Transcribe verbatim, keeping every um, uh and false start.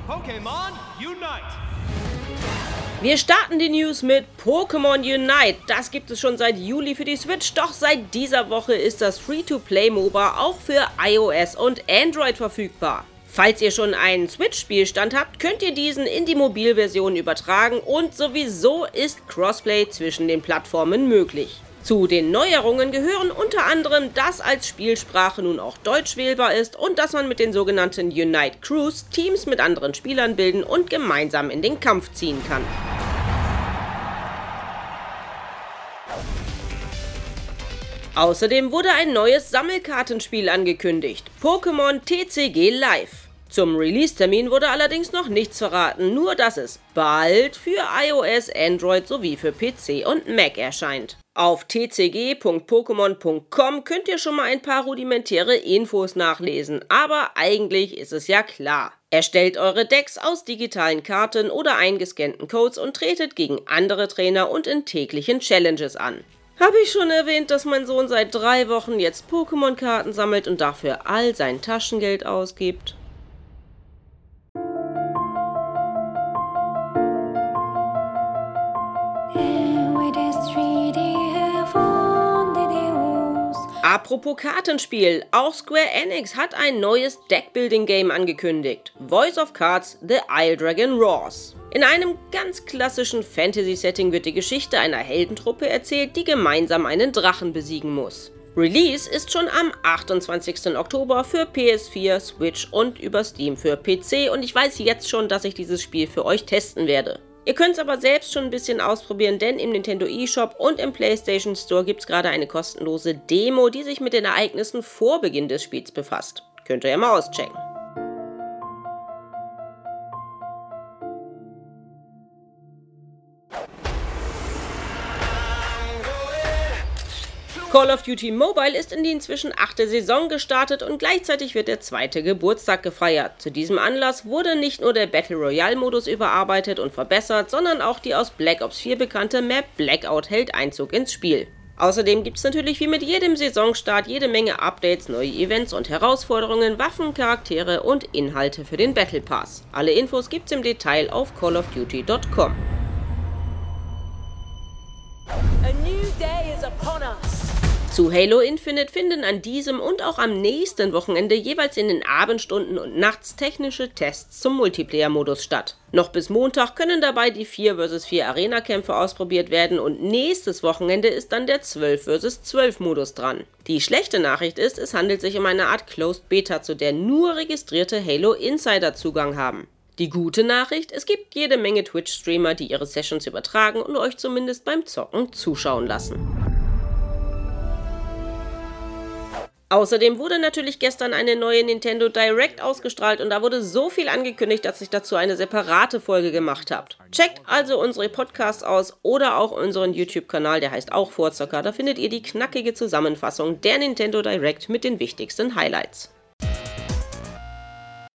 Pokémon Unite! Wir starten die News mit Pokémon Unite. Das gibt es schon seit Juli für die Switch, doch seit dieser Woche ist das Free-to-Play-MOBA auch für iOS und Android verfügbar. Falls ihr schon einen Switch-Spielstand habt, könnt ihr diesen in die Mobilversion übertragen und sowieso ist Crossplay zwischen den Plattformen möglich. Zu den Neuerungen gehören unter anderem, dass als Spielsprache nun auch Deutsch wählbar ist und dass man mit den sogenannten Unite Crews Teams mit anderen Spielern bilden und gemeinsam in den Kampf ziehen kann. Außerdem wurde ein neues Sammelkartenspiel angekündigt, Pokémon T C G Live. Zum Release-Termin wurde allerdings noch nichts verraten, nur dass es bald für iOS, Android sowie für P C und Mac erscheint. Auf t c g punkt pokémon punkt com könnt ihr schon mal ein paar rudimentäre Infos nachlesen, aber eigentlich ist es ja klar. Erstellt eure Decks aus digitalen Karten oder eingescannten Codes und tretet gegen andere Trainer und in täglichen Challenges an. Habe ich schon erwähnt, dass mein Sohn seit drei Wochen jetzt Pokémon-Karten sammelt und dafür all sein Taschengeld ausgibt? Apropos Kartenspiel, auch Square Enix hat ein neues Deckbuilding-Game angekündigt. Voice of Cards The Isle Dragon Roars. In einem ganz klassischen Fantasy-Setting wird die Geschichte einer Heldentruppe erzählt, die gemeinsam einen Drachen besiegen muss. Release ist schon am achtundzwanzigsten Oktober für P S vier, Switch und über Steam für P C und ich weiß jetzt schon, dass ich dieses Spiel für euch testen werde. Ihr könnt es aber selbst schon ein bisschen ausprobieren, denn im Nintendo eShop und im PlayStation Store gibt es gerade eine kostenlose Demo, die sich mit den Ereignissen vor Beginn des Spiels befasst. Könnt ihr ja mal auschecken. Call of Duty Mobile ist in die inzwischen achte Saison gestartet und gleichzeitig wird der zweite Geburtstag gefeiert. Zu diesem Anlass wurde nicht nur der Battle Royale Modus überarbeitet und verbessert, sondern auch die aus Black Ops vier bekannte Map Blackout hält Einzug ins Spiel. Außerdem gibt es natürlich wie mit jedem Saisonstart jede Menge Updates, neue Events und Herausforderungen, Waffen, Charaktere und Inhalte für den Battle Pass. Alle Infos gibt's im Detail auf call of duty punkt com. A new day is upon us. Zu Halo Infinite finden an diesem und auch am nächsten Wochenende jeweils in den Abendstunden und nachts technische Tests zum Multiplayer-Modus statt. Noch bis Montag können dabei die vier versus vier Arena-Kämpfe ausprobiert werden und nächstes Wochenende ist dann der zwölf versus zwölf Modus dran. Die schlechte Nachricht ist, es handelt sich um eine Art Closed Beta, zu der nur registrierte Halo Insider Zugang haben. Die gute Nachricht, es gibt jede Menge Twitch-Streamer, die ihre Sessions übertragen und euch zumindest beim Zocken zuschauen lassen. Außerdem wurde natürlich gestern eine neue Nintendo Direct ausgestrahlt und da wurde so viel angekündigt, dass ich dazu eine separate Folge gemacht habe. Checkt also unsere Podcasts aus oder auch unseren YouTube-Kanal, der heißt auch Vorzocker. Da findet ihr die knackige Zusammenfassung der Nintendo Direct mit den wichtigsten Highlights.